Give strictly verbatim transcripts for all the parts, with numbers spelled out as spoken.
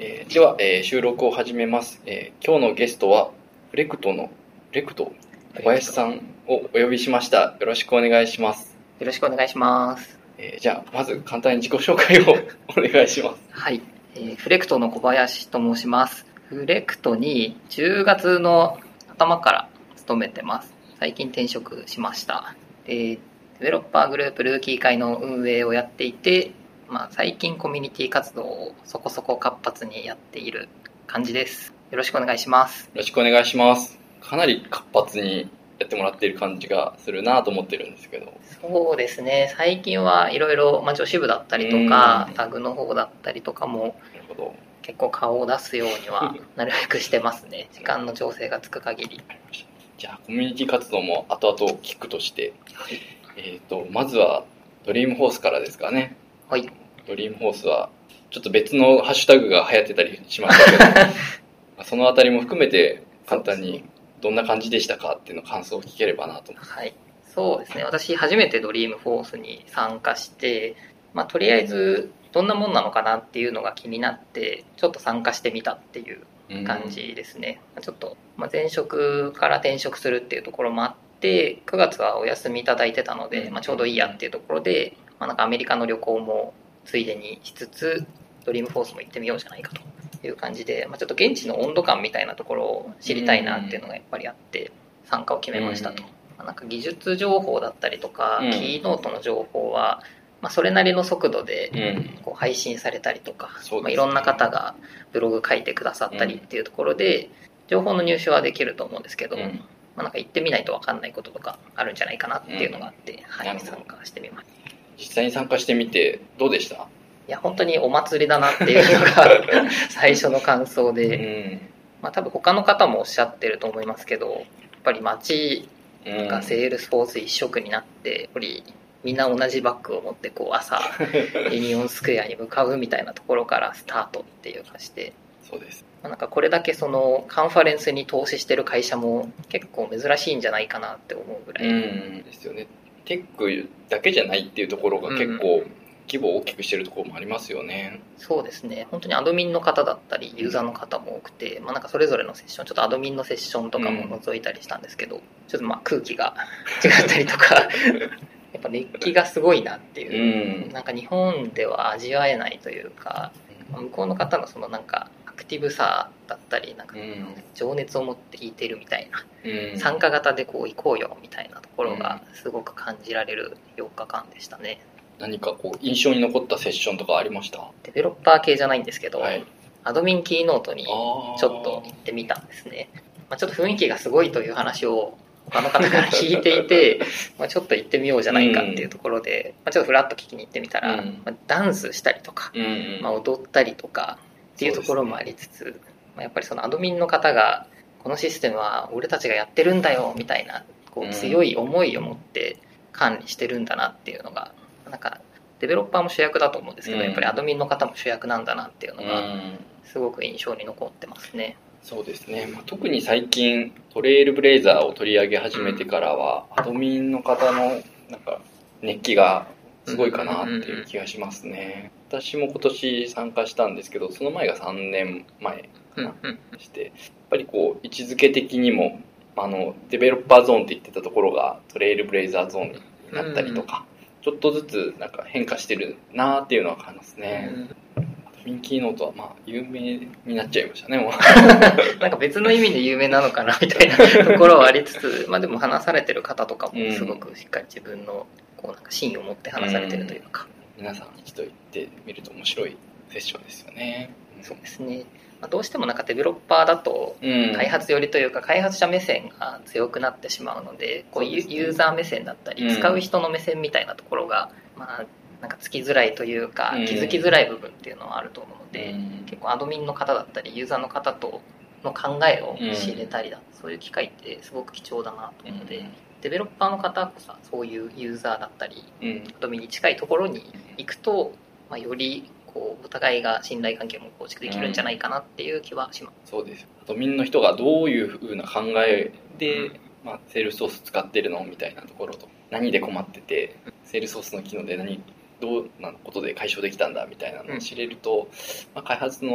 えー、では、えー、収録を始めます、えー。今日のゲストはフレクトのフレクト小林さんをお呼びしました。よろしくお願いします。 よろしくお願いします。 えー、じゃあまず簡単に自己紹介をお願いします。 はい、えー、フレクトの小林と申します。フレクトにじゅうがつの頭から勤めてます。最近転職しました。でデベロッパーグループルーキー会の運営をやっていて、まあ、最近コミュニティ活動をそこそこ活発にやっている感じです。よろしくお願いします。 よろしくお願いします。かなり活発にやってもらっている感じがするなと思ってるんですけど。 そうですね、最近はいろいろ女子部だったりとかタグの方だったりとかも結構顔を出すようにはなるべくしてますね時間の調整がつく限り。 じゃあコミュニティ活動も後々聞くとして、はい、えーとまずはドリームホースからですかね。 はい。 ドリームホースはちょっと別のハッシュタグが流行ってたりしましたけどそのあたりも含めて簡単にどんな感じでしたかっていうの感想を聞ければなと思って。 はい、そうですね、私初めてドリームフォースに参加して、まあ、とりあえずどんなもんなのかなっていうのが気になってちょっと参加してみたっていう感じですね。ちょっと、まあ、前職から転職するっていうところもあってくがつはお休みいただいてたので、まあ、ちょうどいいやっていうところで、まあ、なんかアメリカの旅行もついでにしつつドリームフォースも行ってみようじゃないかという感じで、まあ、ちょっと現地の温度感みたいなところを知りたいなっていうのがやっぱりあって参加を決めましたと。なんか技術情報だったりとか、うん、キーノートの情報は、まあ、それなりの速度でこう配信されたりとか、うんまあ、いろんな方がブログ書いてくださったりっていうところで、情報の入手はできると思うんですけど、うんまあ、なんか行ってみないと分かんないこととかあるんじゃないかなっていうのがあって、うんはい、参加してみました。 実際に参加してみてどうでした？ いや本当にお祭りだなっていうのが最初の感想で、うんまあ、多分他の方もおっしゃってると思いますけど、やっぱり街がセールスフォース一色になって、やっぱりみんな同じバッグを持ってこう朝ユニオンスクエアに向かうみたいなところからスタートっていう感じで、 そうです、 まあ、なんかこれだけそのカンファレンスに投資してる会社も結構珍しいんじゃないかなって思うぐらい、 うんですよね。テックだけじゃないっていうところが結構規模を大きくしてるところもありますよね。 そうですね、本当にアドミンの方だったりユーザーの方も多くて、まあ、なんかそれぞれのセッションちょっとアドミンのセッションとかも覗いたりしたんですけど、うん、ちょっとまあ空気が違ったりとかやっぱ熱気がすごいなっていう、うん、なんか日本では味わえないというか、向こうの方のそのなんかアクティブさだったりなんか情熱を持って弾いてるみたいな、うん、参加型でこう行こうよみたいなところがすごく感じられるよっかかんでしたね。 何かこう印象に残ったセッションとかありました？ デベロッパー系じゃないんですけど、はい、アドミンキーノートにちょっと行ってみたんですね。まあ、ちょっと雰囲気がすごいという話を他の方から聞いていてまあちょっと行ってみようじゃないかっていうところで、うんまあ、ちょっとフラッと聞きに行ってみたら、うんまあ、ダンスしたりとか、うんまあ、踊ったりとかっていうところもありつつ、ねまあ、やっぱりそのアドミンの方がこのシステムは俺たちがやってるんだよみたいなこう強い思いを持って管理してるんだなっていうのがなんかデベロッパーも主役だと思うんですけど、うん、やっぱりアドミンの方も主役なんだなっていうのがすごく印象に残ってますね。 うん、そうですね、まあ、特に最近トレイルブレイザーを取り上げ始めてからは、うん、アドミンの方のなんか熱気がすごいかなっていう気がしますね。うんうんうん、私も今年参加したんですけどその前がさんねんまえかな、うんうん、してやっぱりこう位置づけ的にもあのデベロッパーゾーンって言ってたところがトレイルブレイザーゾーンになったりとか、うんちょっとずつなんか変化してるなーっていうのは感じますね。アドミンキーノートはまあ有名になっちゃいましたねもうなんか別の意味で有名なのかなみたいなところはありつつまあでも話されてる方とかもすごくしっかり自分のこうなんか芯を持って話されてるというか、 うん、皆さん一度行ってみると面白いセッションですよね。 そうですね、まあ、どうしてもなんかデベロッパーだと開発寄りというか開発者目線が強くなってしまうので、こうユーザー目線だったり使う人の目線みたいなところがまあなんかつきづらいというか気づきづらい部分っていうのはあると思うので、結構アドミンの方だったりユーザーの方との考えを知れたりだ、そういう機会ってすごく貴重だなと思うので、デベロッパーの方こそそういうユーザーだったりアドミンに近いところに行くと、まあ、よりこうお互いが信頼関係も構築できるんじゃないかなっていう気はします。 うん、そうです。アドミンの人がどういうふうな考えで、うんまあ、セールスソース使ってるのみたいなところと何で困っててセールスソースの機能で何どうなことで解消できたんだみたいなのを知れると、うんまあ、開発の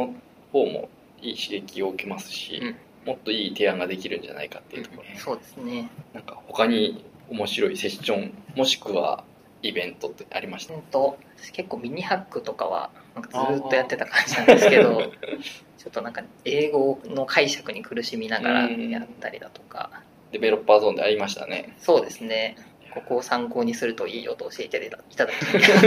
方もいい刺激を受けますし、 うん、 もっといい提案ができるんじゃないかっていうところね、 うん、そうですね。 なんか他に面白いセッションもしくはイベントってありました？ うんと私結構ミニハックとかはなんかずっとやってた感じなんですけどちょっとなんか英語の解釈に苦しみながらやったりだとか、 デベロッパーゾーンでありましたね。 そうですね、ここを参考にするといいよと教えていただき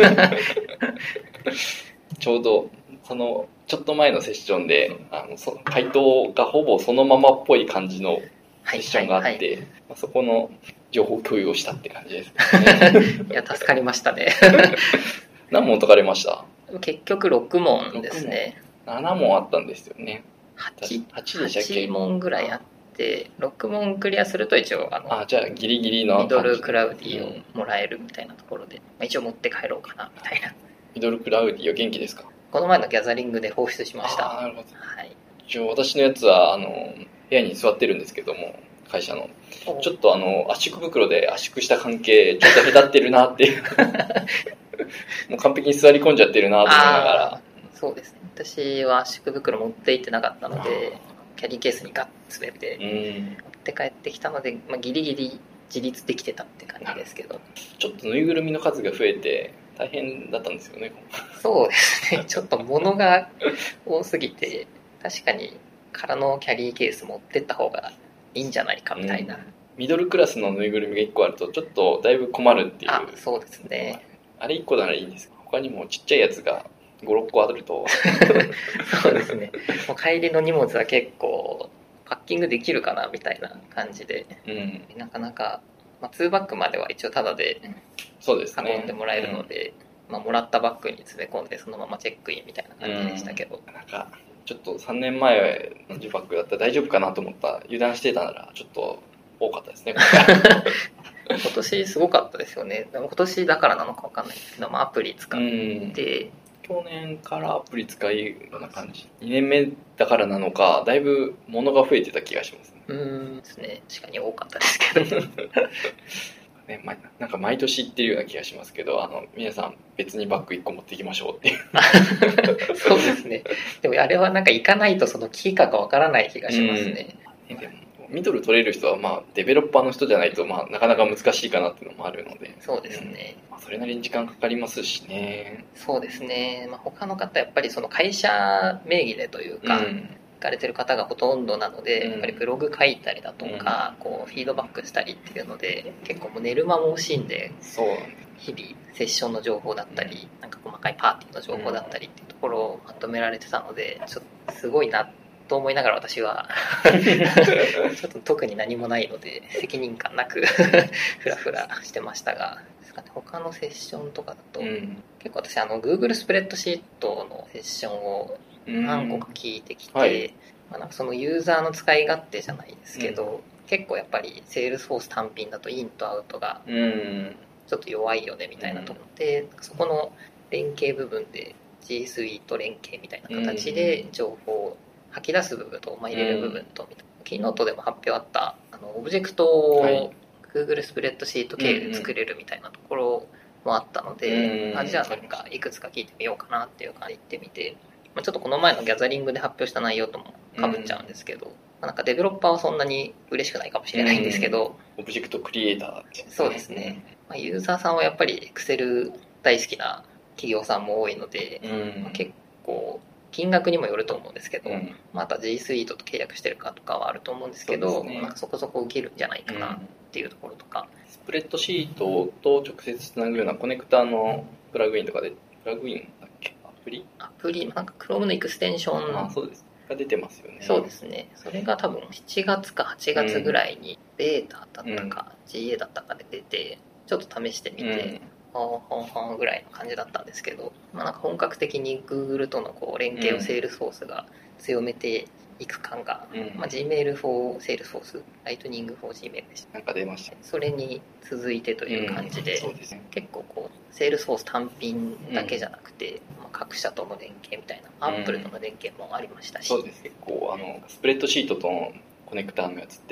ちょうどそのちょっと前のセッションであのそ回答がほぼそのままっぽい感じのセッションがあって、はいはいはい、そこの情報共有をしたって感じですね。 いや助かりましたね。 何問解かれました？ 結局ろく問ですね。 なな問あったんですよね。 8, 8でしたっけ？はち問ぐらいあってろく問クリアすると一応あのあじゃあギリギリのミドルクラウディをもらえるみたいなところで、まあ、一応持って帰ろうかなみたいな。 ミドルクラウディは元気ですか？ この前のギャザリングで放出しました。 あなるほど、 はい、 一応私のやつはあの部屋に座ってるんですけども、会社のちょっとあの圧縮袋で圧縮した関係ちょっと隔ってるなっていうもう完璧に座り込んじゃってるなと思いながら。 そうですね、私は圧縮袋持って行ってなかったのでキャリーケースにガッと詰めて持って帰ってきたので、まあ、ギリギリ自立できてたって感じですけど、 ちょっとぬいぐるみの数が増えて大変だったんですよね。 そうですね、ちょっと物が多すぎて確かに空のキャリーケース持ってった方がいいんじゃないかみたいな、うん、 ミドルクラスのぬいぐるみがいっこあるとちょっとだいぶ困るっていう。 あ、そうですね、 あれいっこならいいんですけど他にもちっちゃいやつがご、ろっこあるとそうですね、もう帰りの荷物は結構パッキングできるかなみたいな感じで、うん、なかなか、まあ、ツーバッグまでは一応タダで運んでもらえるので、まあ、もらったバッグに詰め込んでそのままチェックインみたいな感じでしたけど、 うん、なんかちょっとさんねんまえのジュバッグだったら大丈夫かなと思った油断してたならちょっと多かったですね今年すごかったですよね。でも今年だからなのか分かんないですけど、まあ、アプリ使って、うん、 去年からアプリ使いような感じ、にねんめだからなのかだいぶ物が増えてた気がしますね。 うーんですね、確かに多かったですけどね、ま、なんか毎年言ってるような気がしますけど、あの皆さん別にバッグいっこ持っていきましょうっていうそうですね。でもあれはなんか行かないとそのキーかかわからない気がしますね。 うん、でもミドル取れる人はまあデベロッパーの人じゃないとまあなかなか難しいかなっていうのもあるので。 そうですね、 うん、まあ、それなりに時間かかりますしね。 そうですね、まあ、他の方やっぱりその会社名義でというか、うん、行かれてる方がほとんどなので、うん、やっぱりブログ書いたりだとか、うん、こうフィードバックしたりっていうので結構もう寝る間も惜しんで、 そう日々セッションの情報だったり、うん、なんか細かいパーティーの情報だったりっていうところをまとめられてたので、ちょっとすごいなと思いながら私はちょっと特に何もないので責任感なくフラフラしてましたが、他のセッションとかだと、うん、結構私あの Google スプレッドシートのセッションを何個か聞いてきて、うんはい、まあ、なんかそのユーザーの使い勝手じゃないですけど、うん、結構やっぱりセールスフォース単品だとインとアウトがちょっと弱いよねみたいなところで、うん、そこの連携部分で G Suite 連携みたいな形で情報を吐き出す部分と、まあ、入れる部分とみたいな、キーノートでも発表あったあのオブジェクトを、はい、Google スプレッドシート経由で作れるみたいなところもあったので、あじゃあなんかいくつか聞いてみようかなっていう感じで言ってみて、まあ、ちょっとこの前のギャザリングで発表した内容ともかぶっちゃうんですけど、まあ、なんかデベロッパーはそんなに嬉しくないかもしれないんですけど、 オブジェクトクリエイターって、 ね、そうですね、まあ、ユーザーさんはやっぱり Excel 大好きな企業さんも多いので、まあ、結構金額にもよると思うんですけど、うん、また G Suite と契約してるかとかはあると思うんですけど、 そ, ね、なんかそこそこ受けるんじゃないかなっていうところとか、 うん、スプレッドシートと直接つなぐようなコネクタのプラグインとかで、プラグインだっけ、アプリアプリなんか Chrome のエクステンション、 あ、そうですが出てますよね。 そうですね、それが多分しちがつかはちがつぐらいにベータだったか、うん、ジーエー だったかで出てちょっと試してみて、うんほんほんぐらいの感じだったんですけど、まあ、なんか本格的に Google とのこう連携を Salesforce が強めていく感が、うんまあ、Gmail for Salesforce、Lightning for Gmail でした。 なんか出ました。 それに続いてという感じで、うんそうですね、結構こう Salesforce 単品だけじゃなくて、うんまあ、各社との連携みたいな、Apple との連携もありましたし、 そうです。結構あのスプレッドシートとのコネクターのやつって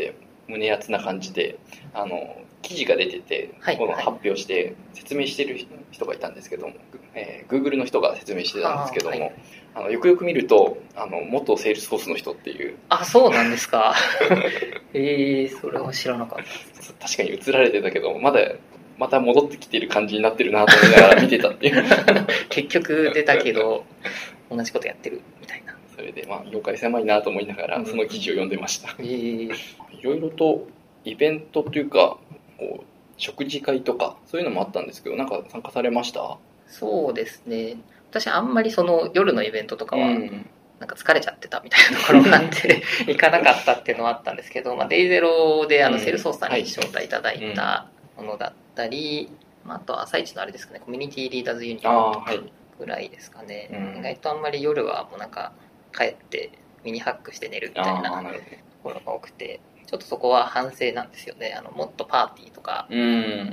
胸熱な感じであの記事が出てて、 はい、 この発表して説明してる人がいたんですけども、えー、Google の人が説明してたんですけども、はい、あのよくよく見るとあの元セールスフォースの人っていう。 あ、そうなんですか。えー、それは知らなかったです。 確かに映られてたけど、まだまた戻ってきてる感じになってるなと思いながら見てたっていう結局出たけど同じことやってるみたいな。 それでまあ業界狭いなと思いながらその記事を読んでました。 えー、 いろいろとイベントというかこう食事会とかそういうのもあったんですけど、なんか参加されました？ そうですね、私あんまりその夜のイベントとかは、うんなんか疲れちゃってたみたいなところがあって行かなかったっていうのはあったんですけど、まあ、デイゼロであのセールスフォースさんに招待いただいたものだったり、まあ、あと朝一のあれですかね、コミュニティリーダーズユニオンとかぐらいですかね、はい、意外とあんまり夜はもうなんか帰ってミニハックして寝るみたいなところが多くて、ちょっとそこは反省なんですよね。あのもっとパーティーとか、うん、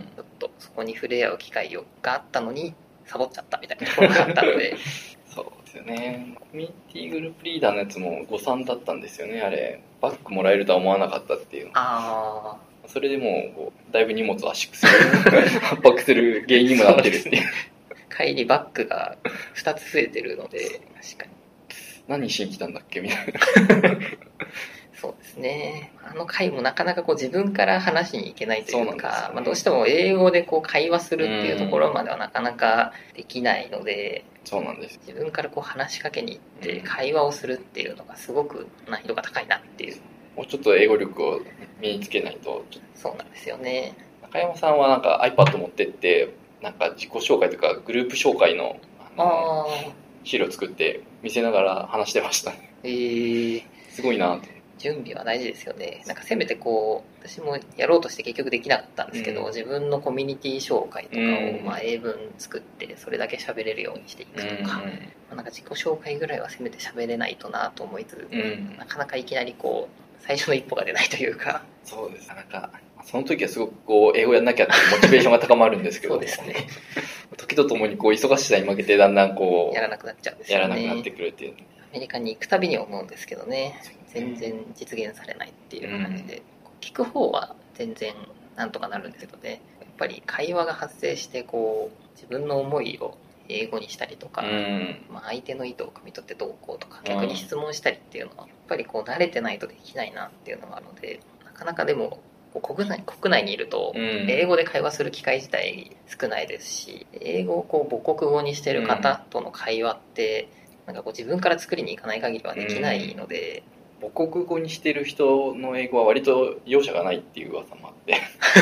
ちょっとそこに触れ合う機会があったのにサボっちゃったみたいなところがあったのでそうですよね。コミュニティグループリーダーのやつも誤算だったんですよね。あれバッグもらえるとは思わなかったっていう。ああ。それでもうこうだいぶ荷物を圧縮する圧迫する原因にもなってるっていう。 帰りバッグがふたつ増えてるので、確かに何しに来たんだっけみたいな。 そうですね。あの回もなかなかこう自分から話しに行けないというか、まあ、どうしても英語でこう会話するっていうところまではなかなかできないので、 そうなんです。 自分からこう話しかけに行って会話をするっていうのがすごく難易度が高いなっていう。 もうちょっと英語力を身につけないと。 そうなんですよね。 中山さんはなんか iPad 持ってってなんか自己紹介とかグループ紹介の、あのあ資料作って見せながら話してましたね。 えー、 すごいなと。 準備は大事ですよね。なんかせめてこう私もやろうとして結局できなかったんですけど、うん、自分のコミュニティ紹介とかを、うん、まあ、英文作ってそれだけ喋れるようにしていくとか、うんまあ、なんか自己紹介ぐらいはせめて喋れないとなと思いつつ、うん、なかなかいきなりこう最初の一歩が出ないというか。 そうです。なんかその時はすごくこう英語やんなきゃっていうモチベーションが高まるんですけどそうですね。 時とともにこう忙しさに負けてだんだんこうやらなくなっちゃうんですよね。 やらなくなってくるっていう。 アメリカに行くたびに思うんですけどね、全然実現されないっていう感じで、うん、聞く方は全然なんとかなるんですけどね、やっぱり会話が発生してこう自分の思いを英語にしたりとか、うんまあ、相手の意図を汲み取ってどうこうとか逆に質問したりっていうのはやっぱりこう慣れてないとできないなっていうのがあるので、なかなかでも国内、国内にいると英語で会話する機会自体少ないですし、英語をこう母国語にしてる方との会話ってなんかこう自分から作りに行かない限りはできないので、 うん、母国語にしてる人の英語は割と容赦がないっていう噂もあって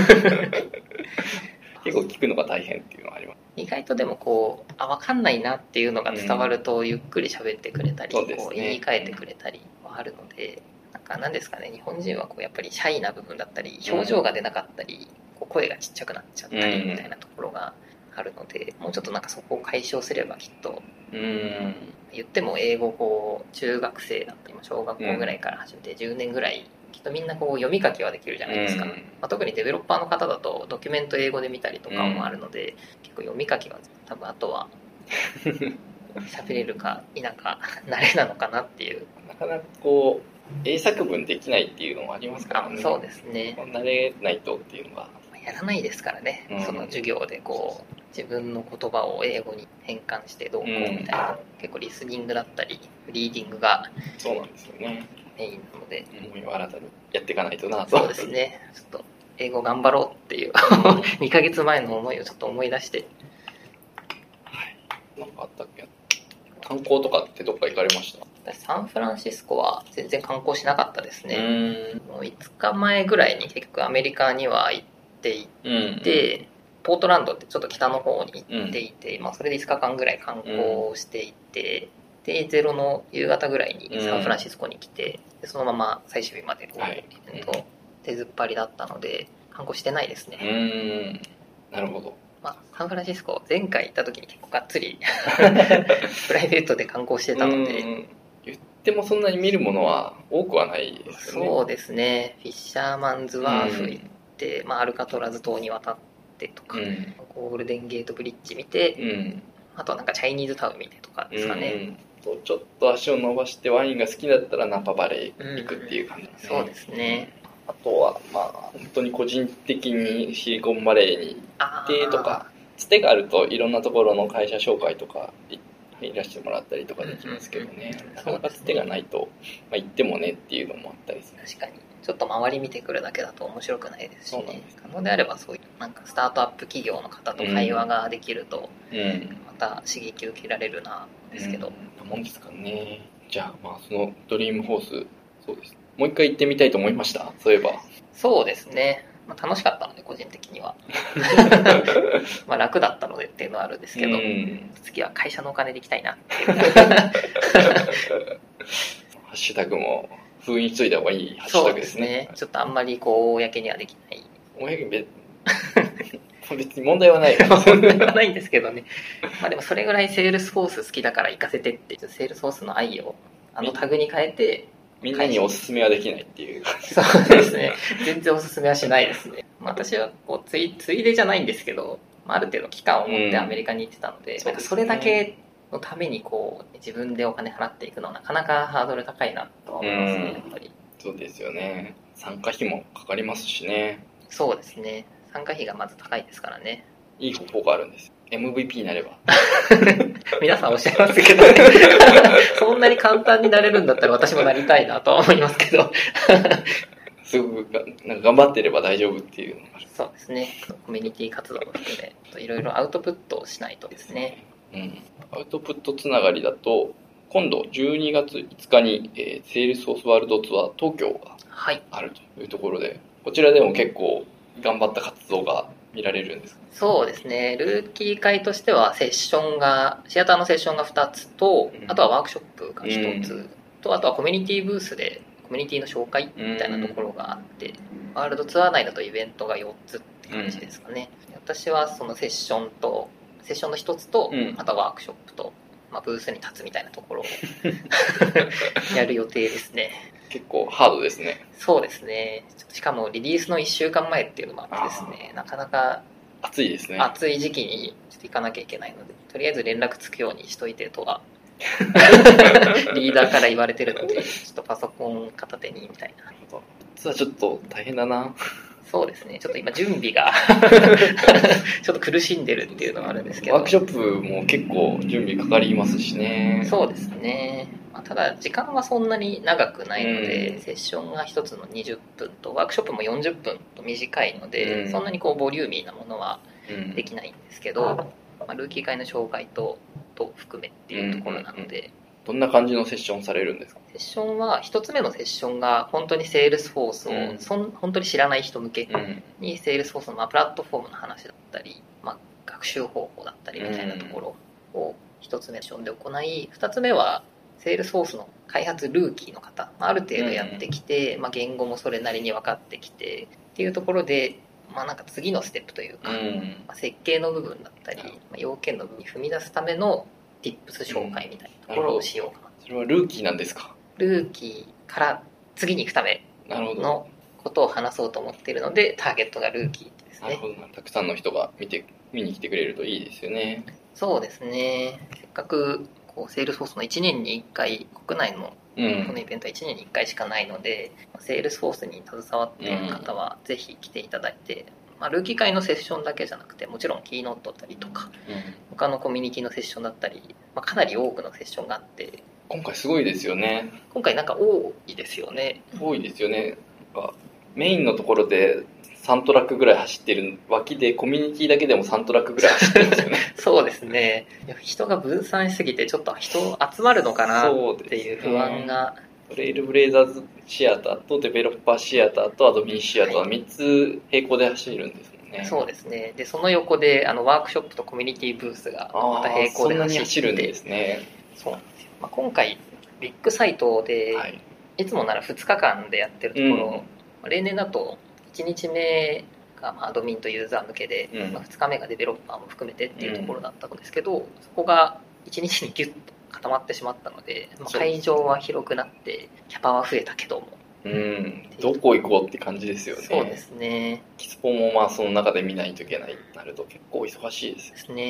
結構聞くのが大変っていうのはあります。 意外とでもこうあ分かんないなっていうのが伝わるとゆっくり喋ってくれたり、うん、こう言い換えてくれたりはあるので、なんか何ですかね、日本人はこうやっぱりシャイな部分だったり表情が出なかったり、こう声がちっちゃくなっちゃったりみたいなところがあるので、もうちょっとなんかそこを解消すればきっと、うん、言っても英語こう中学生だったり小学校ぐらいから始めてじゅうねんぐらいきっとみんなこう読み書きはできるじゃないですか、うんまあ、特にデベロッパーの方だとドキュメント英語で見たりとかもあるので、うん、結構読み書きは多分あとは喋れるか否か慣れなのかなっていう。 なかなかこう英作文できないっていうのもありますからね。 そうですね。 慣れないとっていうのがやらないですからね、うん、その授業でこう自分の言葉を英語に変換してどうこうみたいな、うん、結構リスニングだったりリーディングがそうなんですよね、 メインなので思いを新たにやっていかないとなと。 そうですね、ちょっと英語頑張ろうっていうにかげつまえの思いをちょっと思い出して、 はい、なんかあったっけ。観光とかってどっか行かれました？ 私サンフランシスコは全然観光しなかったですね。うんもういつかまえぐらいに結局アメリカには行っていて、うん、ポートランドってちょっと北の方に行っていて、うんまあ、それでいつかかんぐらい観光していて、うん、でゼロの夕方ぐらいにサンフランシスコに来て、でそのまま最終日までこう、はいえっと、手ずっぱりだったので観光してないですね。 うんなるほど。 まあ、サンフランシスコ前回行った時に結構がっつりプライベートで観光してたので、 言ってもそんなに見るものは多くはないですよね。 そうですね。フィッシャーマンズワーフ行って、うんまあ、アルカトラズ島に渡ってとか、うん、ゴールデンゲートブリッジ見て、うん、あとはなんかチャイニーズタウン見てとかですかね、 うん、ちょっと足を伸ばしてワインが好きだったらナパバレー行くっていう感じですね、 うん、そうですね。 あとはまあ本当に個人的にシリコンバレーに行ってとか、つてがあるといろんなところの会社紹介とかいらしてもらったりとかできますけどね、うんうん、なかなかつてがないと、まあ、行ってもねっていうのもあったりする。 確かにちょっと周り見てくるだけだと面白くないですしね。可能であればそういうなんかスタートアップ企業の方と会話ができると、うん、また刺激受けられるなですけど、 うん、なもんですかね。じゃあまあそのドリームホース、そうです、もう一回行ってみたいと思いました。そういえばそうですね、まあ、楽しかったので個人的にはまあ楽だったのでっていうのはあるんですけど、うん、次は会社のお金で行きたいなっていうハッシュタグも封印しといた方がいいハッシュタグですね。 そうですね、ちょっとあんまりこう公にはできない。 公別別に問題はない問題はないんですけどね。まあでもそれぐらいセールスフォース好きだから行かせてって、セールスフォースの愛をあのタグに変えて、 みんなにおすすめはできないっていう。 そうですね。全然おすすめはしないですね。まあ、私はこうついついでじゃないんですけど、まあ、ある程度期間を持ってアメリカに行ってたので、うん、なんかそれだけのためにこう自分でお金払っていくのはなかなかハードル高いなとは思いますね、やっぱり。 そうですよね。参加費もかかりますしね。 そうですね。参加費がまず高いですからね。 いい方法があるんですよ。エムブイピー になれば皆さんおっしゃいますけど、ね、そんなに簡単になれるんだったら私もなりたいなとは思いますけどすごくなんか頑張ってれば大丈夫っていうのがある。 そうですね。コミュニティ活動も含めいろいろアウトプットをしないとですね。 うん、アウトプットつながりだと今度じゅうにがついつかに、えー、セールスフォースワールドツアー東京があるというところで、はい、こちらでも結構頑張った活動が見られるんですか？ そうですね。ルーキー会としてはセッションがシアターのセッションがふたつと、うん、あとはワークショップがひとつ、うん、とあとはコミュニティブースでコミュニティの紹介みたいなところがあって、うん、ワールドツアー内だとイベントがよっつって感じですかね、うん、私はそのセッションとセッションのひとつと、うん、あとはワークショップと、まあ、ブースに立つみたいなところをやる予定ですね。 結構ハードですね。 そうですね。しかもリリースのいっしゅうかんまえっていうのもあってですね、なかなか暑いですね。 暑い時期にちょっと行かなきゃいけないので、とりあえず連絡つくようにしといてとはリーダーから言われてるので、ちょっとパソコン片手にみたいな。 実はちょっと大変だな。 そうですね。ちょっと今準備がちょっと苦しんでるっていうのはあるんですけど。 ワークショップも結構準備かかりますしね。 そうですね。まあ、ただ時間はそんなに長くないので、うん、セッションがひとつのにじゅっぷんとワークショップもよんじゅっぷんと短いので、うん、そんなにこうボリューミーなものはできないんですけど、うん、まあ、ルーキー会の紹介とと含めっていうところなので、うんうん、 どんな感じのセッションされるんですか？ セッションはひとつめのセッションが本当にセールスフォースを、うん、そん本当に知らない人向けにセールスフォースのまあプラットフォームの話だったり、まあ、学習方法だったりみたいなところをひとつめのセッションで行い、ふたつめはセールスフォースの開発ルーキーの方、ある程度やってきて、まあ、言語もそれなりに分かってきてっていうところで、まあ、なんか次のステップというか、まあ、設計の部分だったり、まあ、要件の部分に踏み出すための Tips 紹介みたいなところをしようかな。 それはルーキーなんですか？ ルーキーから次に行くためのことを話そうと思っているので、ターゲットがルーキーですね。 なるほど。たくさんの人が見て見に来てくれるといいですよね。 そうですね。せっかくこうセールスフォースのいちねんにいっかい、国内のこのイベントはいちねんにいっかいしかないので、うん、セールスフォースに携わっている方はぜひ来ていただいて、まあ、ルーキー会のセッションだけじゃなくて、もちろんキーノートだったりとか、うん、他のコミュニティのセッションだったり、まあ、かなり多くのセッションがあって、 今回すごいですよね。 今回なんか多いですよね。 多いですよね。なんかメインのところでさんトラックぐらい走ってる脇でコミュニティだけでもさんトラックぐらい走ってるんですよね。 そうですね。人が分散しすぎてちょっと人集まるのかなっていう不安が。 トレイルブレイザーズシアターとデベロッパーシアターとアドミンシアターはみっつ並行で走るんですもんね。はい、 そうですね。でその横であのワークショップとコミュニティブースがまた並行で走って、そんなに走るんですね。そうなんですよ。まあ、今回ビッグサイトで、はい、いつもならふつかかんでやってるところ、うん、例年だといちにちめがまあアドミンとユーザー向けで、うん、まあ、ふつかめがデベロッパーも含めてっていうところだったんですけど、うん、そこがいちにちにギュッと固まってしまったので、まあ、会場は広くなってキャパは増えたけども、 うん、どこ行こうって感じですよね。 そうですね。 キスポもまあその中で見ないといけないとなると結構忙しいですですね。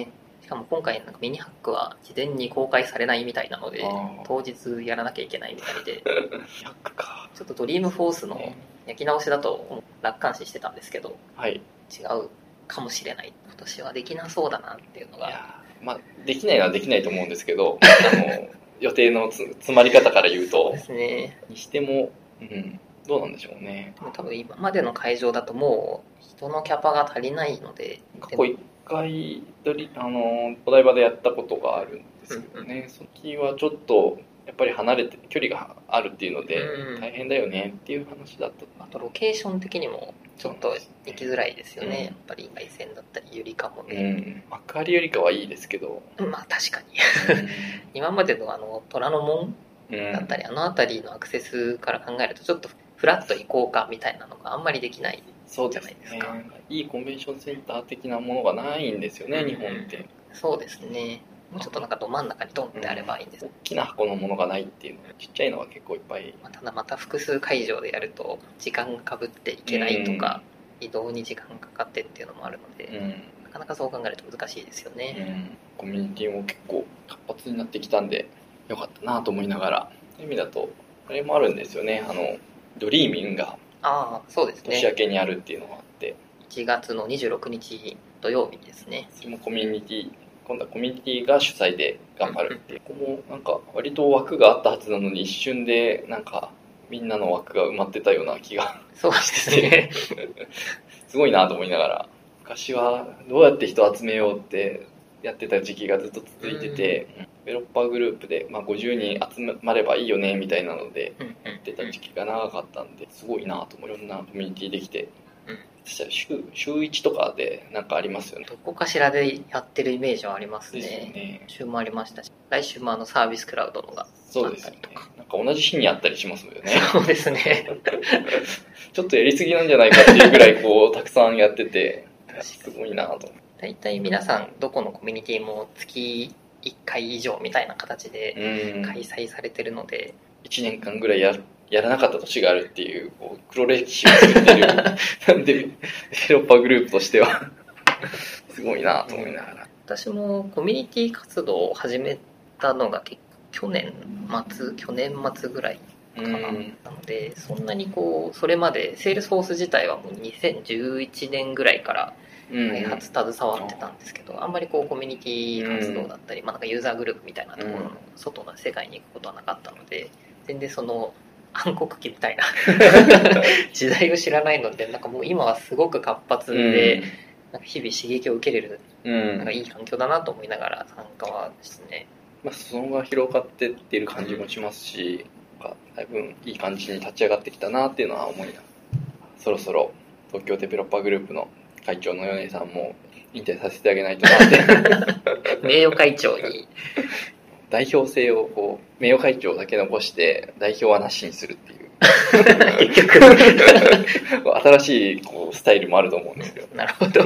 しかも今回なんかミニハックは事前に公開されないみたいなので、当日やらなきゃいけないみたいで、 ハックか。 ちょっとドリームフォースの焼き直しだと楽観視してたんですけど、 はい、 違うかもしれない。今年はできなそうだなっていうのが。 いや、まあ、できないのはできないと思うんですけど、あの予定のつ詰まり方から言うと、 そうですね。 にしても、うん、どうなんでしょうね。 多分今までの会場だともう人のキャパが足りないので、 過去いっかいあのお台場でやったことがあるんですけどね、うんうん、その時はちょっとやっぱり離れて距離があるっていうので大変だよねっていう話だった、 うん、あとロケーション的にもちょっと行きづらいですよね、うん、やっぱり外線だったりゆりかもね、うん、 幕張ゆりかはいいですけど、 まあ確かに、うん、今までのあの虎ノ門だったり、うん、あの辺りのアクセスから考えるとちょっとフラッと行こうかみたいなのがあんまりできないじゃないですか。 そうですね。いいコンベンションセンター的なものがないんですよね、うん、日本って。 そうですね。もうちょっとなんかど真ん中にドンってあればいいんです、 うん、大きな箱のものがないっていうのは、ちっちゃいのは結構いっぱい。 ただまた複数会場でやると時間がかぶっていけないとか、うん、移動に時間がかかってっていうのもあるので、うん、なかなかそう考えると難しいですよね、 うん、コミュニティも結構活発になってきたんでよかったなと思いながら、そういう意味だとあれもあるんですよね、あのドリーミンがああそうですね、 年明けにあるっていうのがあって、いちがつのにじゅうろくにち土曜日ですね。 そのコミュニティ今度はコミュニティが主催で頑張るっていう、ここもなんか割と枠があったはずなのに一瞬でなんかみんなの枠が埋まってたような気がそうですねすごいなと思いながら、昔はどうやって人を集めようってやってた時期がずっと続いてて、デベロッパーグループで、まあ、ごじゅうにん集まればいいよねみたいなのでやってた時期が長かったんで、すごいなと思い、いろんなコミュニティできて、うん、週, 週いちとかでなんかありますよね。 どこかしらでやってるイメージはありますね。 ですよね。 週もありましたし、来週もあのサービスクラウドのがあったりとか、そうですね、 なんか同じ日にあったりしますよね。 そうですねちょっとやりすぎなんじゃないかっていうぐらいこうたくさんやっててすごいなと。 大体皆さんどこのコミュニティも月いっかい以上みたいな形で開催されてるので、 いちねんかんぐらいややらなかった年があるっていう、こう黒歴史を作ってるなんでデベロッパーグループとしてはすごいなと思いながら、 私もコミュニティ活動を始めたのが結構去年末去年末ぐらいかな、なのでそんなにこうそれまでセールスフォース自体はもうにせんじゅういちねんぐらいから開発携わってたんですけど、うん、あんまりこうコミュニティ活動だったり、うんまあ、なんかユーザーグループみたいなところの外の世界に行くことはなかったので、全然その暗黒期みたいな時代を知らないので、なんかもう今はすごく活発で、うん、なんか日々刺激を受けれる、うん、なんかいい環境だなと思いながら参加はですね、 まあ、裾野が広がってっている感じもしますし、うん、なんかだいぶいい感じに立ち上がってきたなっていうのは思いながら、そろそろ東京デベロッパーグループの会長の米さんも引退させてあげないとなって名誉会長に代表性をこう名誉会長だけ残して代表はなしにするっていう結局新しいこうスタイルもあると思うんですけどなるほど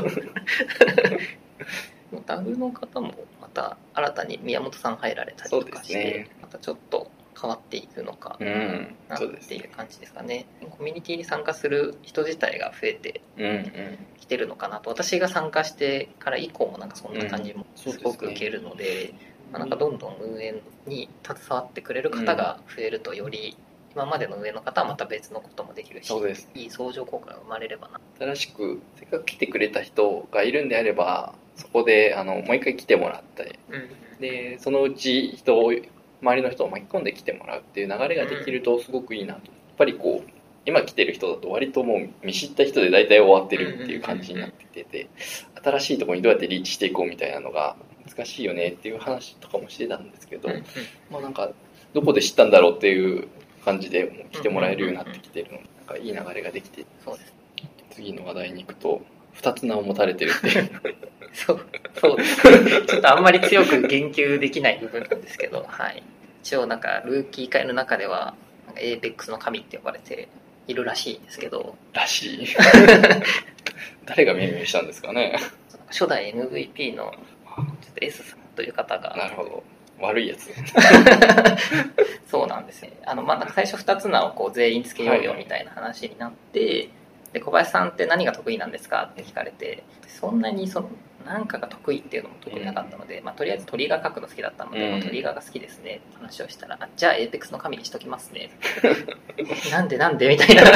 ダブの方もまた新たに宮本さん入られたりとかして、ね、またちょっと変わっていくのかなっていう感じですかね、うん、コミュニティに参加する人自体が増えてきてるのかなと、私が参加してから以降もなんかそんな感じもすごく受けるので、うんでね、まあ、なんかどんどん運営に携わってくれる方が増えるとより今までの運営の方はまた別のこともできるし、 そうです、 いい相乗効果が生まれればな。 新しくせっかく来てくれた人がいるんであればそこであのもう一回来てもらったり、うん、でそのうち人を周りの人を巻き込んで来てもらうっていう流れができるとすごくいいなと、うん、やっぱりこう今来てる人だと割ともう見知った人で大体終わってるっていう感じになってて、新しいところにどうやってリーチしていこうみたいなのが難しいよねっていう話とかもしてたんですけど、うんうん、まあなんかどこで知ったんだろうっていう感じでもう来てもらえるようになってきてるので、なんかいい流れができて、 そうです。 次の話題に行くとふたつ名を持たれてるっていうそうそうですちょっとあんまり強く言及できない部分なんですけど、はい、一応なんかルーキー界の中ではエーペックスの神って呼ばれているらしいんですけど、 らしい誰が命名したんですかね。 初代 エムブイピー のちょっと S さんという方が。 なるほど、悪いやつそうなんですね。あの、まあ、なんか最初ふたつ名をこう全員つけようよみたいな話になって、はい、で小林さんって何が得意なんですかって聞かれて、そんなにそのなんかが得意っていうのも特になかったので、うんまあ、とりあえずトリガー書くの好きだったので、うん、トリガーが好きですねって話をしたら、あじゃあエーペックスの神にしときますねなんでなんでみたいな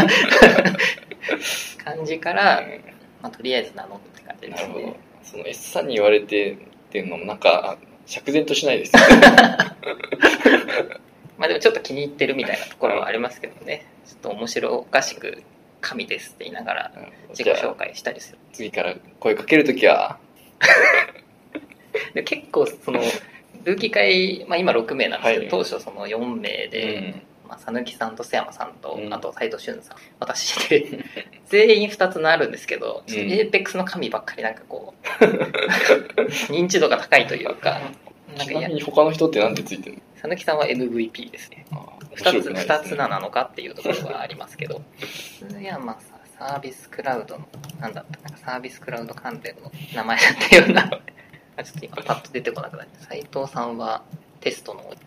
感じから、まあ、とりあえず名乗って感じですね。なるほど。 その S さんに言われてっていうのもなんか釈然としないですよねまあでもちょっと気に入ってるみたいなところはありますけどね。ちょっと面白おかしく神ですって言いながら自己紹介したりする。 次から声かけるときはで結構そのルーキー会、まあ、今ろくめいなんですけど、はい、当初そのよんめいで、うんまあ、佐貫さんと須山さんと、うん、あと斉藤俊さん私で全員ふたつ名あるんですけど、うん、エーペックスの神ばっかりなんかこう認知度が高いというか。 なんかちなみに他の人ってなんでついてるの？ 佐貫さんは エムブイピー ですね。ふたつ、ね、ふたつ名なのかっていうところはありますけど須山さんサービスクラウドのなんだったなんかサービスクラウド関連の名前だったようなちょっと今パッと出てこなくなって。斉藤さんはテストの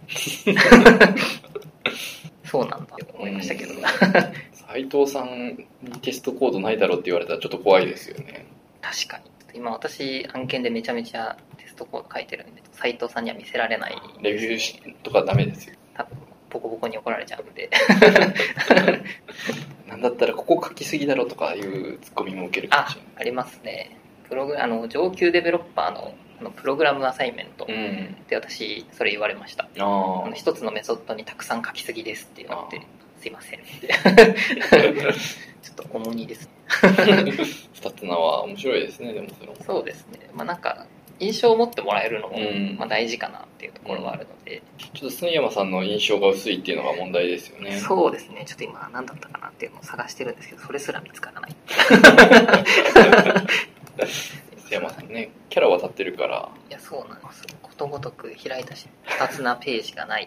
そうなんだって思いましたけど斉藤さんにテストコードないだろうって言われたらちょっと怖いですよね。 確かに今私案件でめちゃめちゃテストコード書いてるんで斉藤さんには見せられない、ね、 レビューとかダメですよ。 多分ボコボコに怒られちゃうんでなんだったらここ書きすぎだろとかいうツッコミも受けるかもしれない。 あ、ありますね。プログあの上級デベロッパー の, あのプログラムアサイメントで私それ言われました。うん、あの一つのメソッドにたくさん書きすぎですって言われてすいませんってちょっと重荷です二つ名は面白いですね。でもそれもそうですね。まあなんか印象を持ってもらえるのも、まあ、大事かなっていうところはあるので、 うん、ちょっと須山さんの印象が薄いっていうのが問題ですよね。 そうですね。ちょっと今何だったかなっていうのを探してるんですけどそれすら見つからない須山さんねキャラは立ってるから。 いやそうなんです。ことごとく開いたし二つなページがない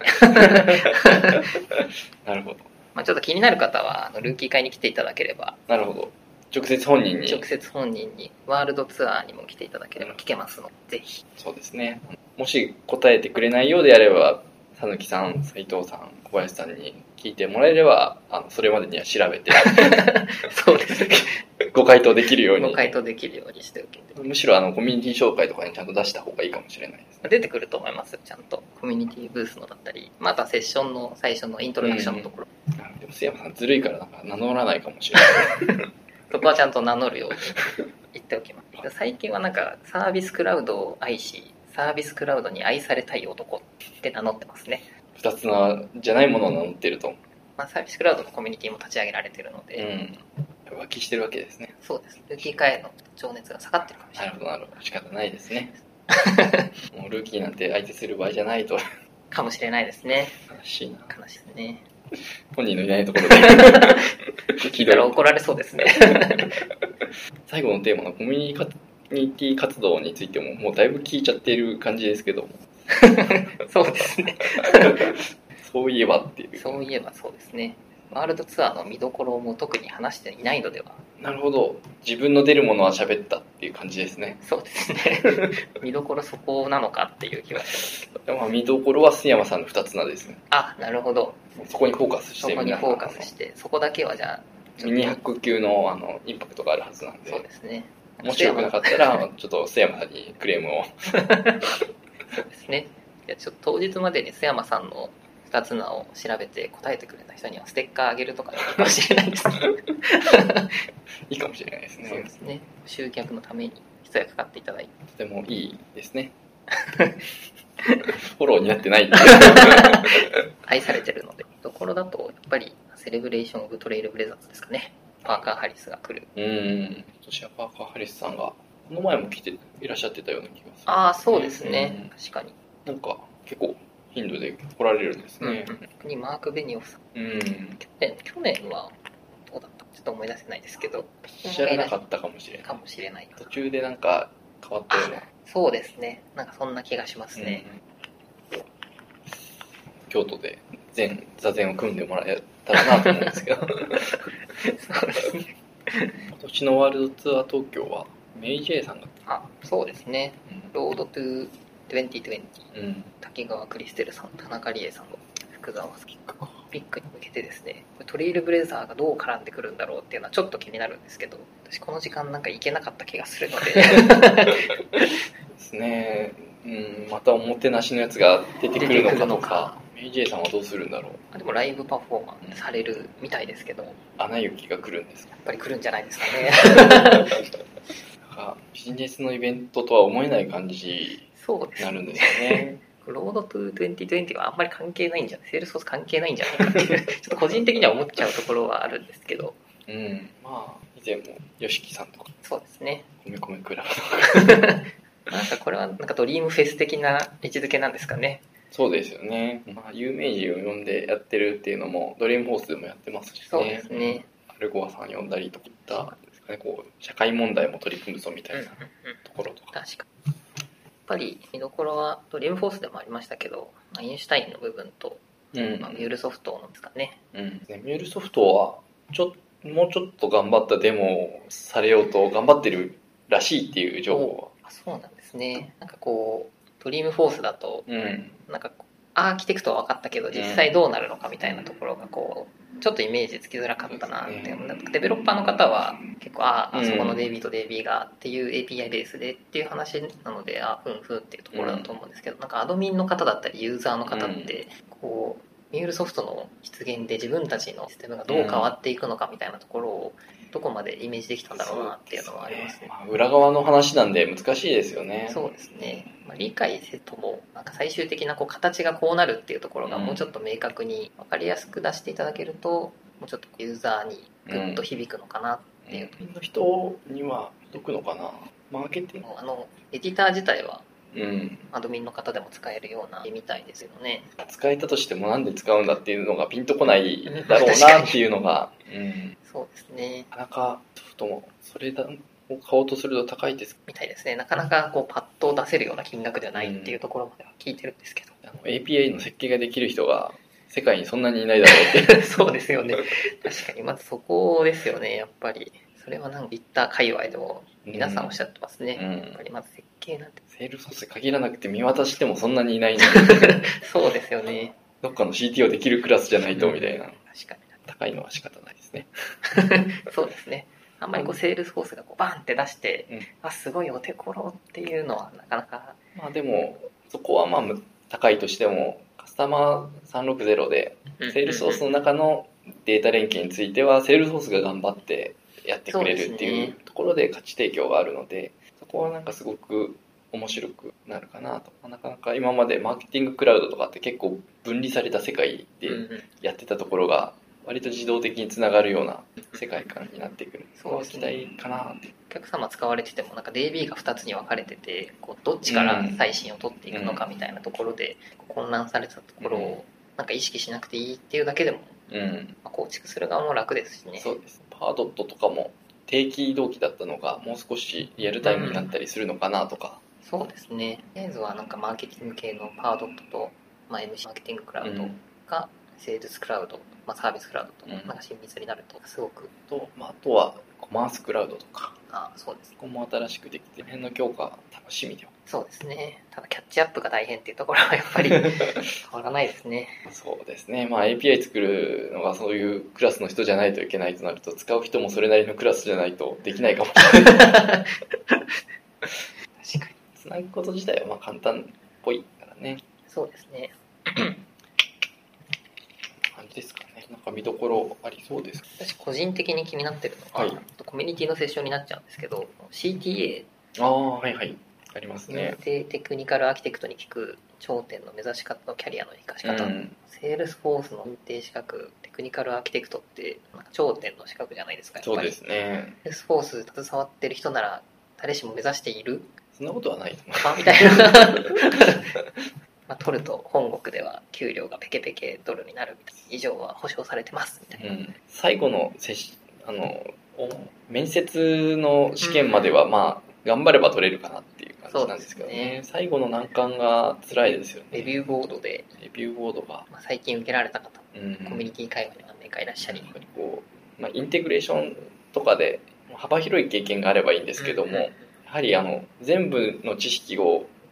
なるほど。 まあ、ちょっと気になる方はあのルーキー会に来ていただければ。 なるほど。直接本人に直接本人にワールドツアーにも来ていただければ聞けますのでぜひ。 そうですね。もし答えてくれないようであれば佐貫さん、斉藤さん、小林さんに聞いてもらえればあのそれまでには調べてそうですねご回答できるようにご回答できるようにしておけてむしろあのコミュニティ紹介とかにちゃんと出した方がいいかもしれないですね。 出てくると思いますよ。ちゃんとコミュニティブースのだったりまたセッションの最初のイントロダクションのところ、 うん、でも須山さんずるいからなんか名乗らないかもしれないそこはちゃんと名乗るように言っておきます。最近はなんかサービスクラウドを愛しサービスクラウドに愛されたい男って名乗ってますね。 二つ名じゃないものを名乗ってると、 まあ、サービスクラウドのコミュニティも立ち上げられているので、 うん、浮気してるわけですね。 そうです。ルーキー会への情熱が下がってるかもしれない。 なるほどなるほど。仕方ないですねもうルーキーなんて相手する場合じゃないとかもしれないですね。 悲しいな。 悲しいですね。 本人のいないところで聞いたら怒られそうですね最後のテーマのコミュニティ活動についてももうだいぶ聞いちゃっている感じですけどもそうですねそういえばっていう。 そういえばそうですね。ワールドツアーの見どころも特に話していないのでは。 なるほど。自分の出るものは喋ったっていう感じですね。 そうですね見どころそこなのかっていう気はしますけど。 でも見どころは須山さんの二つ名ですね。 あ、なるほど。 そこにフォーカスしてそこにフォーカスしてそこだけはじゃあミニハック級 の, あのインパクトがあるはずなんで。 そうですね。 もしよくなかったらちょっと須山さんにクレームをそうですね。いやちょっと当日までに須山さんの二つ名を調べて答えてくれた人にはステッカーあげるとかいいかもしれないですねいいかもしれないですね。 そうですね。集客のために一役買っていただいてとてもいいですねフォローになってない愛されてるので。ところだとやっぱりセレブレーションオブトレイルブレザーズですかね。パーカー・ハリスが来る。 うーん。今年はパーカー・ハリスさんがこの前も来ていらっしゃってたような気がする。 ああそうですね、うん、確かになんか結構頻度で来られるんですね。 うん、にマーク・ベニオフさん、 うん、去年去年はどうだったちょっと思い出せないですけど知らなかったかもしれないかもしれない途中でなんか変わったような。 そうですね。なんかそんな気がしますね、 うん、京都で全座禅を組んでもらえたらなと思うんですけどそうですね。 今年のワールドツアー東京はメイジェイさんが。 あ、そうですね、うん、ロードトゥにせんにじゅう、うん、滝川クリステルさん、田中理恵さん、福沢好きかピックに向けてですね、トレイルブレザーがどう絡んでくるんだろうっていうのはちょっと気になるんですけど、私この時間なんか行けなかった気がするのでですね、うん、またおもてなしのやつが出てくるのかとか、メイジェイさんはどうするんだろう。 あでもライブパフォーマンスされるみたいですけど、 アナ雪が来るんですか。 やっぱり来るんじゃないですかねなんかビジネスのイベントとは思えない感じになるんですよね。 ロードトゥにせんにじゅうはあんまり関係ないんじゃない、セールスフォース関係ないんじゃないかっていうちょっと個人的には思っちゃうところはあるんですけど、 うん、まあ以前も吉木さんとかそうですね、 米米クラブとかなんかこれはなんかドリームフェス的な位置づけなんですかね。 そうですよね、まあ、有名人を呼んでやってるっていうのもドリームフォースでもやってますしね。 そうですね、 アルゴアさん呼んだりとかいったですかね、こう社会問題も取り組むぞみたいなところとか、 うんうんうん、確かにやっぱり見どころはドリームフォースでもありましたけど、アインシュタインの部分と、 うんまあ、ミュールソフトのですかね、 うん、ミュールソフトはちょもうちょっと頑張ったデモをされようと頑張ってるらしいっていう情報は。 あ、そうなんですね。なんかこうドリームフォースだと、 うん、 なんかこうアーキテクトは分かったけど実際どうなるのかみたいなところがこうちょっとイメージつきづらかったなって、ね、デベロッパーの方は結構ああ、あそこの ディービー と ディービー がっていう エーピーアイ ベースでっていう話なので、あふんふんっていうところだと思うんですけど、うん、なんかアドミンの方だったりユーザーの方ってこうミュールソフトの出現で自分たちのシステムがどう変わっていくのかみたいなところをどこまでイメージできたんだろうなっていうのはありますね。 まあ、裏側の話なんで難しいですよね。 そうですね、まあ、理解せともなんか最終的なこう形がこうなるっていうところがもうちょっと明確に分かりやすく出していただけると、もうちょっとユーザーにグッと響くのかなっていう、 うん、の人には届くのかな。マーケティングあのエディター自体はうん、 アドミンの方でも使えるようなみたいですよね。 使えたとしてもなんで使うんだっていうのがピンとこないだろうなっていうのが、うん、 そうですね。 なかなかソフトもそれを買おうとすると高いですみたいですね。なかなかこうパッと出せるような金額ではないっていうところまでは聞いてるんですけど、 あの エーピーアイ の設計ができる人が世界にそんなにいないだろうってそうですよね。確かにまずそこですよね。やっぱりそれはなんか言った界隈でも皆さんおっしゃってますね、 うん、 やっぱりまず設計なんてセールソース限らなくて見渡してもそんなにいないんでそうですよね。 どっかの シーティーオー できるクラスじゃないとみたいな、うん、 確かに高いのは仕方ないですねそうですね。あんまりこうセールスフォースがこうバンって出して、うん、あすごいお手頃っていうのはなかなか、 まあでもそこはまあ高いとしてもカスタマーさんろくゼロでセールスソースの中のデータ連携についてはセールスフォースが頑張ってやってくれるっていうところで価値提供があるので、そこはなんかすごく面白くなるかなと。なかなか今までマーケティングクラウドとかって結構分離された世界でやってたところが割と自動的につながるような世界観になってくる。そこは期待かなって。 お客様使われててもなんか ディービー がふたつに分かれてて、こうどっちから最新を取っていくのかみたいなところで混乱されてたところをなんか意識しなくていいっていうだけでも、うんまあ、構築する側も楽ですしね。 そうです。パードットとかも定期同期だったのがもう少しリアルタイムになったりするのかなとか、 うん、そうですね。とりあえずはなんかマーケティング系のパードットと、まあ、エムシー マーケティングクラウドがセールスクラウド、まあ、サービスクラウドとなんか親密になるとすごく、 うん、と、まあ、あとはコマースクラウドとか、 あそうです、ね、 ここも新しくできて辺の強化楽しみでは。 そうですね。ただキャッチアップが大変っていうところはやっぱり変わらないですね。 そうですね。まあ エーピーアイ 作るのがそういうクラスの人じゃないといけないとなると、使う人もそれなりのクラスじゃないとできないかもしれない。確かに。 つなぐこと自体はまあ簡単っぽいからね。 そうですね。 感じですかね。なんか見どころありそうですか。 私個人的に気になってるのが、はい、コミュニティのセッションになっちゃうんですけど、シーティーエー。 ああ、はいはい。ありますね。 テクニカルアーキテクトに聞く頂点の目指し方のキャリアの生かし方、うん、セールスフォースの認定資格テクニカルアーキテクトってなんか頂点の資格じゃないですか。やっぱりそうですね。 セールスフォース携わってる人なら誰しも目指している、 そんなことはないみたいなまあ取ると本国では給料がペケペケドルになるみたいな、以上は保証されてますみたいな、うん、 最後のせしあの面接の試験まではまあ、うん頑張れば取れるかなっていう感じなんですけど ね, ね最後の難関が辛いですよね。 レビューボードでレビューボードが、 まあ、最近受けられた方、うん、コミュニティ会話に何名かいらっしゃり、 やっぱりこう、まあ、インテグレーションとかで幅広い経験があればいいんですけども、うんうんうん、やはりあの全部の知識を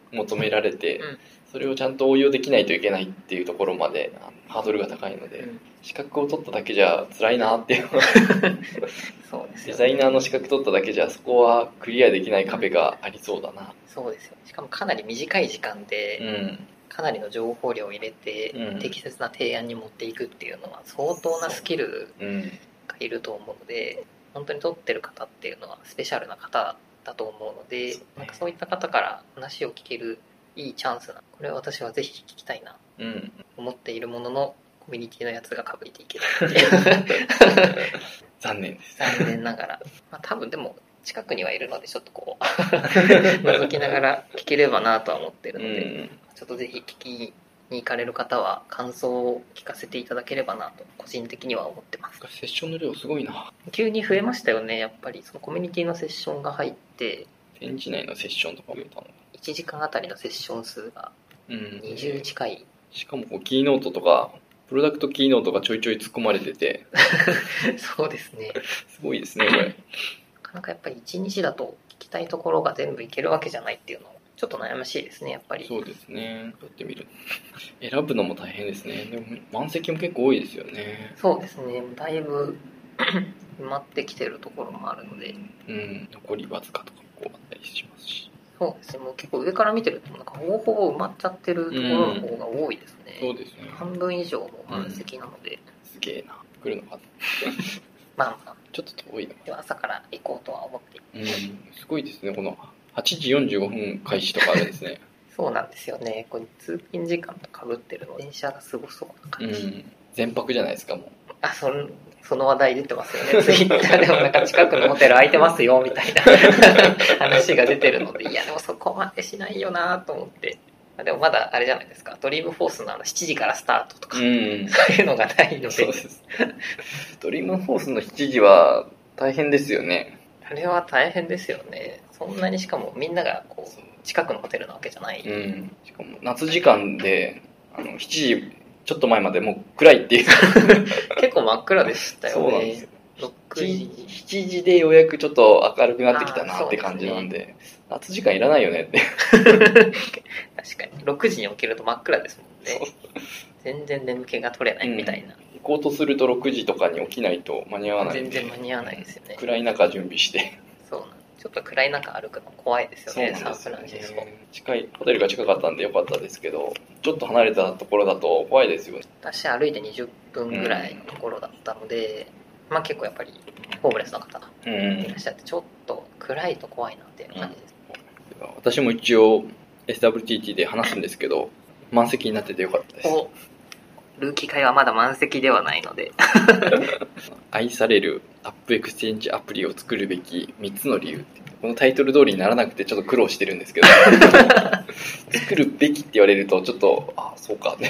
求められて、 うんそれをちゃんと応用できないといけないっていうところまでハードルが高いので、 うん資格を取っただけじゃ辛いなっていうのはそうですよねデザイナーの資格取っただけじゃそこはクリアできない壁がありそうだな。 そうですよ。しかもかなり短い時間で、 うんかなりの情報量を入れて、 うん適切な提案に持っていくっていうのは相当なスキルうんがいると思うので、本当に取ってる方っていうのはスペシャルな方だと思うので、 そうねなんかそういった方から話を聞けるいいチャンスな、これは私はぜひ聞きたいなうん思っているものの、コミュニティのやつがかぶりていけないっていう残念です。 残念ながら、まあ、多分でも近くにはいるのでちょっとこう覗きながら聞ければなとは思ってるうので、 んちょっとぜひ聞きに行かれる方は感想を聞かせていただければなと個人的には思ってます。 セッションの量すごいな。 急に増えましたよね。やっぱりそのコミュニティのセッションが入って展示内のセッションとか増えたの。 いちじかんあたりのセッション数がうんにじゅう近い、 しかもこうキーノートとかプロダクトキーノートがちょいちょい突っ込まれててそうですね。 すごいですねこれ。 なかなかやっぱりいちにちだと聞きたいところが全部いけるわけじゃないっていうのはちょっと悩ましいですね、やっぱり。 そうですね。やってみる。選ぶのも大変ですね。でも満席も結構多いですよね。 そうですね。だいぶ埋まってきてるところもあるので。 うん。残りわずかとかこうあったりしますし。 そうですね。もう結構上から見てるとなんかほぼほぼ埋まっちゃってるところの方が多いですね。 そうですね。 半分以上も満席なので。 すげえな。来るのかな。 まあまあ、 ちょっと遠いな。 では朝から行こうとは思っている。 うん。すごいですね。このはちじよんじゅうごふん開始とかあるんですね。 そうなんですよね。これ通勤時間とかぶってるので、電車がすごそうなう感じ。 ん。全泊じゃないですかもう。 あ、その、その話題出てますよね。ツイッターでもなんか近くのホテル空いてますよ、みたいな話が出てるので、いや、でもそこまでしないよなと思って。でもまだあれじゃないですか。ドリームフォースのあのしちじからスタートとか、 うん。 そういうのがないので。 そうです。ドリームフォースのしちじは大変ですよね。 あれは大変ですよね。そんなにしかもみんながこそうう、近くのホテルなわけじゃない。 うん。しかも夏時間で、あの、しちじちょっと前までもう暗いっていう。 結構真っ暗でしたよね。 そうなんですよ。 ろくじ。 しちじでようやくちょっと明るくなってきたあーそうですねなって感じなんで、夏時間いらないよねって。 確かに。ろくじに起きると真っ暗ですもんね。全然眠気が取れないみたいな。 行こうとするとろくじとかに起きないと間に合わないんで。 全然間に合わないですよね。 暗い中準備して。 そうなんちょっと暗い中歩くの怖いですよね、サンそうなんですよフランシスコ。 ね。近い、ホテルが近かったんでよかったですけど、ちょっと離れたところだと怖いですよね。 私歩いてにじゅっぷんぐらいのところだったので、まあ結構やっぱりホームレスの方がういらっん。 しゃってちょっと暗いと怖いなっていう感じです。 私も一応 エスダブリューティーティー で話すんですけど、満席になっててよかったです。 おルーキー会はまだ満席ではないので愛されるアップエクスチェンジアプリを作るべきみっつの理由って、このタイトル通りにならなくてちょっと苦労してるんですけど作るべきって言われるとちょっとああそうかって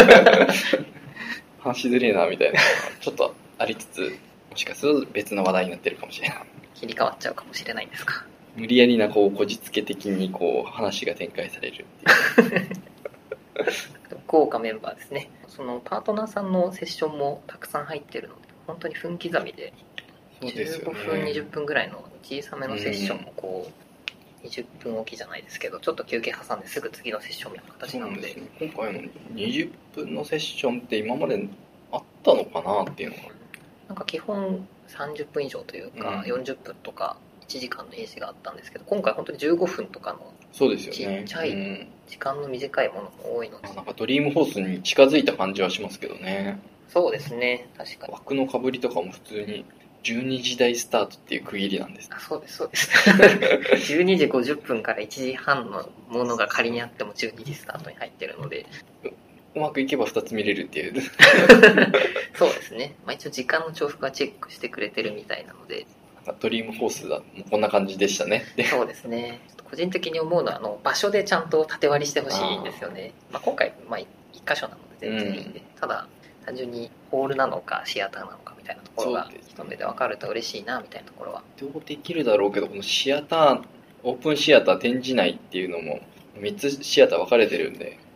話しづれえなみたいなちょっとありつつ、もしかすると別の話題になってるかもしれない。 切り替わっちゃうかもしれないんですか。 無理やりなこうこじつけ的にこう話が展開されるっていう豪華メンバーですね。そのパートナーさんのセッションもたくさん入ってるので、本当に分刻みでそうですよね。 じゅうごふんにじゅっぷんぐらいの小さめのセッションもこうにじゅっぷんおきじゃないですけど、ちょっと休憩挟んですぐ次のセッションみたいな形なので、 そうなんですね。今回のにじゅっぷんのセッションって今まであったのかなっていうのが、 なんか基本さんじゅっぷん以上というか、 うんよんじゅっぷんとかいちじかんのイメージがあったんですけど、今回本当にじゅうごふんとかのそうですよね。 ちっちゃいうん時間の短いものも多いので、 なんかドリームホースに近づいた感じはしますけどね。 そうですね、確かに。 枠のかぶりとかも普通にじゅうにじ台スタートっていう区切りなんです。 あ、そうですそうですじゅうにじごじゅっぷんからいちじはんのものが仮にあってもじゅうにじスタートに入ってるので、 うまくいけばふたつ見れるっていうそうですね、まあ、一応時間の重複はチェックしてくれてるみたいなので、 なんかドリームホースだもうこんな感じでしたね。でそうですね、ちょっと個人的に思うのはあの場所でちゃんと縦割りしてほしいんですよね。まあ、今回、まあ、いっ箇所なので全然いいんで、ただ単純にホールなのかシアターなのかみたいなところがそうですね一目で分かると嬉しいなみたいなところは。 どうできるだろうけど、このシアターオープンシアター展示内っていうのもみっつシアター分かれてるんで、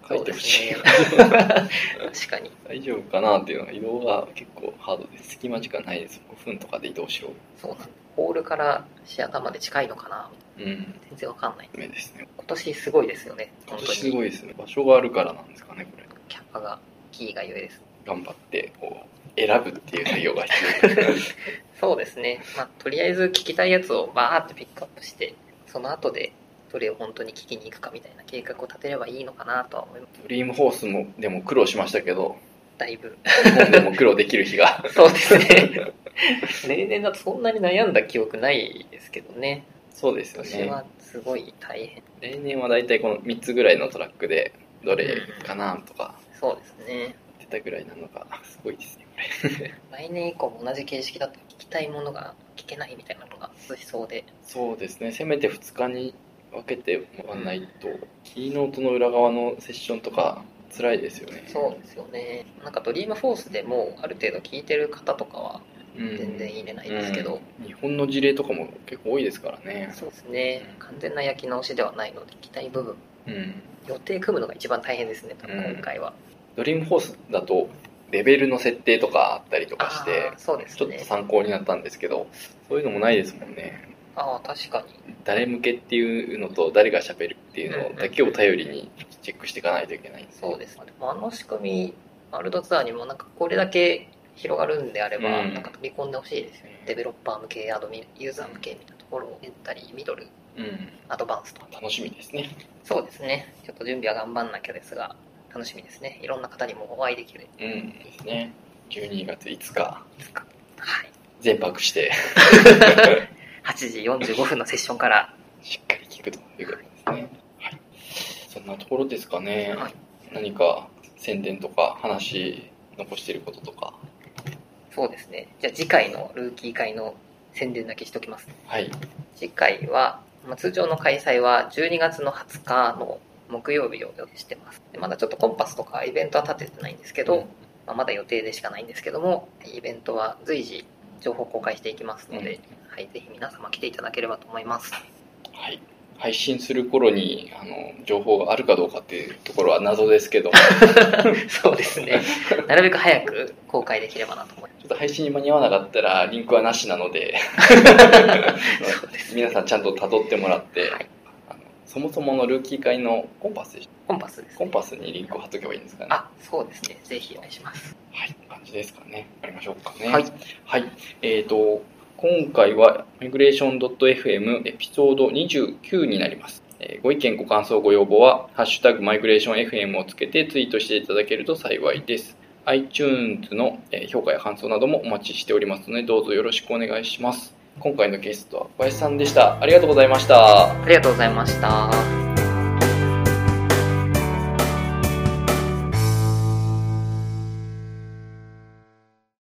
書いてほしい。 そうですね、確かに。 大丈夫かなっていうのが、移動が結構ハードです。隙間時間ないです。ごふんとかで移動しろ。 そうなんホールからシアターまで近いのかな、 うん。 全然わかんない。 目ですね。 今年すごいですよね。 今年すごいですね。場所があるからなんですかね、これ。 キャパがキーがゆえです。 頑張ってこう選ぶっていう作業が必要です。 そうですね。まあとりあえず聞きたいやつをバーってピックアップして、その後でどれを本当に聞きに行くかみたいな計画を立てればいいのかなとは思います。 ドリームホースもでも苦労しましたけど、 だいぶ日本でも苦労できる日が。 そうですね。例年だとそんなに悩んだ記憶ないですけどね。 そうですよね。 今年はすごい大変。 例年はだいたいこのみっつぐらいのトラックでどれかなとかそうですね。 出たぐらいなのがすごいですね、これ。 来年以降も同じ形式だと聞きたいものが聞けないみたいなのが続きそうで。 そうですね。せめてふつかに分けてもらわないと、キーノートの裏側のセッションとか辛いですよね。 そうですよね。なんかドリームフォースでもある程度聞いてる方とかは全然入れないんですけど、 うんうん、日本の事例とかも結構多いですからね。 そうですね。完全な焼き直しではないので聞きたい部分、 うん、 予定組むのが一番大変ですね、多分今回は、 うん、ドリームフォースだとレベルの設定とかあったりとかして、 そうですね、 ちょっと参考になったんですけど、そういうのもないですもんね。 ああ、確かに。 誰向けっていうのと誰が喋るっていうのだけを頼りにチェックしていかないといけないんです、 ね、そうです。でもあの仕組みワールドツアーにもなんかこれだけ広がるんであれば、うん、なんか取り込んでほしいですよね。デベロッパー向け、アドミユーザー向けみたいなところをエンタリー、ミドル、うん、アドバンスと。 楽しみですね。 そうですね。ちょっと準備は頑張んなきゃですが、楽しみですね。いろんな方にもお会いできる。 うんですね。じゅうにがついつか。 いつか。はい。 全泊して。 はちじよんじゅうごふんのセッションからしっかり聞くということですね。はい。そんなところですかね。 はい、 何か宣伝とか話残していることとか。 そうですね。じゃあ次回のルーキー会の宣伝だけしときます。 はい。 次回は、まあ、通常の開催はじゅうにがつのはつかの木曜日を予定してます。でまだちょっとコンパスとかイベントは立ててないんですけど、うんまあ、まだ予定でしかないんですけども、イベントは随時情報公開していきますので、うんはい、ぜひ皆様来ていただければと思います。 はい。配信する頃にあの情報があるかどうかっていうところは謎ですけどそうですね。なるべく早く公開できればなと思います。 ちょっと配信に間に合わなかったらリンクはなしなのでそうです、ね、皆さんちゃんと辿ってもらって、はい、あのそもそものルーキー会のコンパスでしたコンパスです、ね、 コンパスにリンクを貼っとけばいいんですかね。 あ、そうですね。ぜひお願いします。 はい、感じですかね。やりましょうかね。 はい。 はい。えっと、今回は マイグレーション ドット エフエム エピソードにじゅうきゅうになります。えー、ご意見、ご感想、ご要望は、ハッシュタグマイグレーション エフエム をつけてツイートしていただけると幸いです。iTunes の評価や感想などもお待ちしておりますので、どうぞよろしくお願いします。今回のゲストは小林さんでした。ありがとうございました。 ありがとうございました。